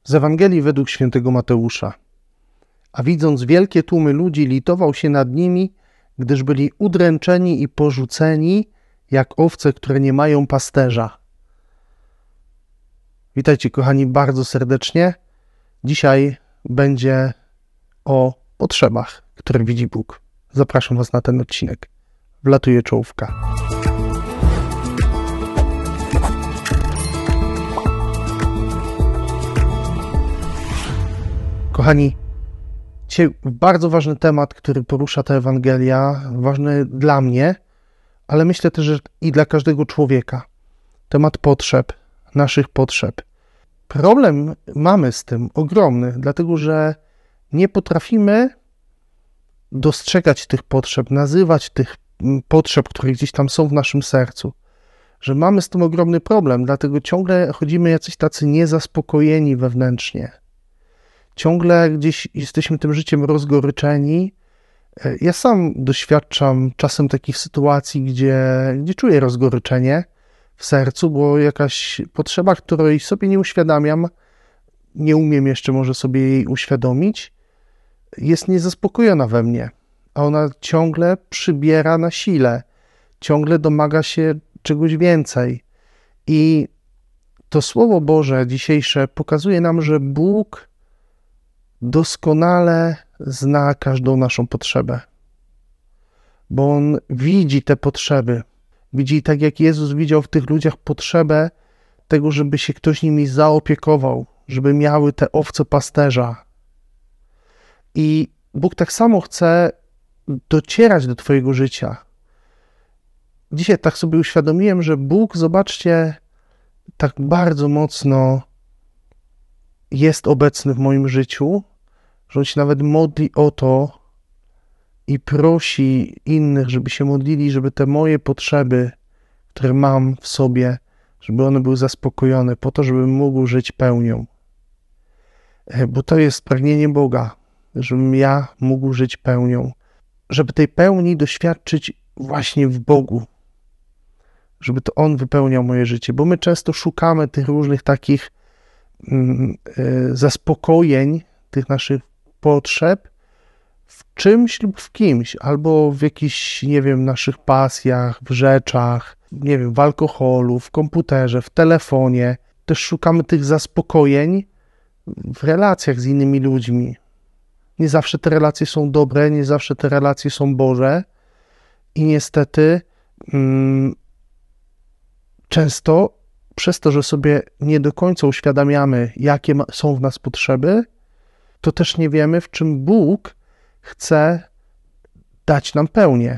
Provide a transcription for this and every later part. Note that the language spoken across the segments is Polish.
Z Ewangelii według świętego Mateusza. A widząc wielkie tłumy ludzi, litował się nad nimi, gdyż byli udręczeni i porzuceni, jak owce, które nie mają pasterza. Witajcie, kochani, bardzo serdecznie. Dzisiaj będzie o potrzebach, które widzi Bóg. Zapraszam Was na ten odcinek. Wlatuje czołówka. Kochani, dzisiaj bardzo ważny temat, który porusza ta Ewangelia, ważny dla mnie, ale myślę też, że i dla każdego człowieka. Temat potrzeb, naszych potrzeb. Problem mamy z tym ogromny, dlatego że nie potrafimy dostrzegać tych potrzeb, nazywać tych potrzeb, które gdzieś tam są w naszym sercu. Że mamy z tym ogromny problem, dlatego ciągle chodzimy jacyś tacy niezaspokojeni wewnętrznie. Ciągle gdzieś jesteśmy tym życiem rozgoryczeni. Ja sam doświadczam czasem takich sytuacji, gdzie czuję rozgoryczenie w sercu, bo jakaś potrzeba, której sobie nie uświadamiam, nie umiem jeszcze może sobie jej uświadomić, jest niezaspokojona we mnie, a ona ciągle przybiera na sile, ciągle domaga się czegoś więcej. I to Słowo Boże dzisiejsze pokazuje nam, że Bóg doskonale zna każdą naszą potrzebę, bo On widzi te potrzeby. Widzi, tak jak Jezus widział w tych ludziach potrzebę tego, żeby się ktoś nimi zaopiekował, żeby miały te owce pasterza. I Bóg tak samo chce docierać do Twojego życia. Dzisiaj tak sobie uświadomiłem, że Bóg, zobaczcie, tak bardzo mocno jest obecny w moim życiu, że On się nawet modli o to i prosi innych, żeby się modlili, żeby te moje potrzeby, które mam w sobie, żeby one były zaspokojone, po to, żebym mógł żyć pełnią. Bo to jest pragnienie Boga, żebym ja mógł żyć pełnią, żeby tej pełni doświadczyć właśnie w Bogu, żeby to On wypełniał moje życie, bo my często szukamy tych różnych takich zaspokojeń, tych naszych potrzeb w czymś lub w kimś, albo w jakichś, nie wiem, naszych pasjach, w rzeczach, nie wiem, w alkoholu, w komputerze, w telefonie. Też szukamy tych zaspokojeń w relacjach z innymi ludźmi. Nie zawsze te relacje są dobre, nie zawsze te relacje są Boże i niestety często przez to, że sobie nie do końca uświadamiamy, jakie są w nas potrzeby, to też nie wiemy, w czym Bóg chce dać nam pełnię.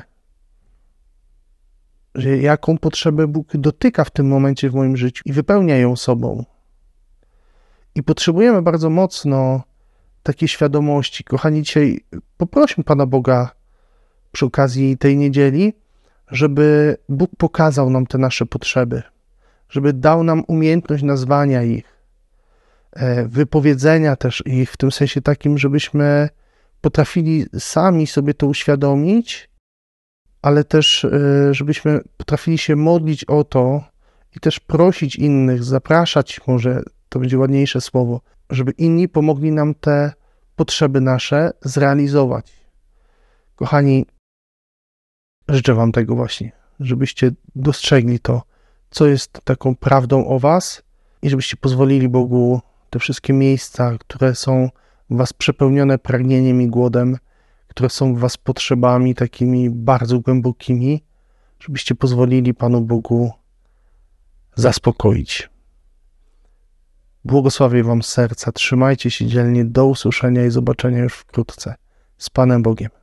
Że jaką potrzebę Bóg dotyka w tym momencie w moim życiu i wypełnia ją sobą. I potrzebujemy bardzo mocno takiej świadomości. Kochani, dzisiaj poprośmy Pana Boga przy okazji tej niedzieli, żeby Bóg pokazał nam te nasze potrzeby, żeby dał nam umiejętność nazwania ich, wypowiedzenia też ich, w tym sensie takim, żebyśmy potrafili sami sobie to uświadomić, ale też żebyśmy potrafili się modlić o to i też prosić innych, zapraszać, może to będzie ładniejsze słowo, żeby inni pomogli nam te potrzeby nasze zrealizować. Kochani, życzę Wam tego właśnie, żebyście dostrzegli to, co jest taką prawdą o Was i żebyście pozwolili Bogu te wszystkie miejsca, które są w Was przepełnione pragnieniem i głodem, które są w Was potrzebami takimi bardzo głębokimi, żebyście pozwolili Panu Bogu zaspokoić. Błogosławię Wam z serca, trzymajcie się dzielnie, do usłyszenia i zobaczenia już wkrótce. Z Panem Bogiem.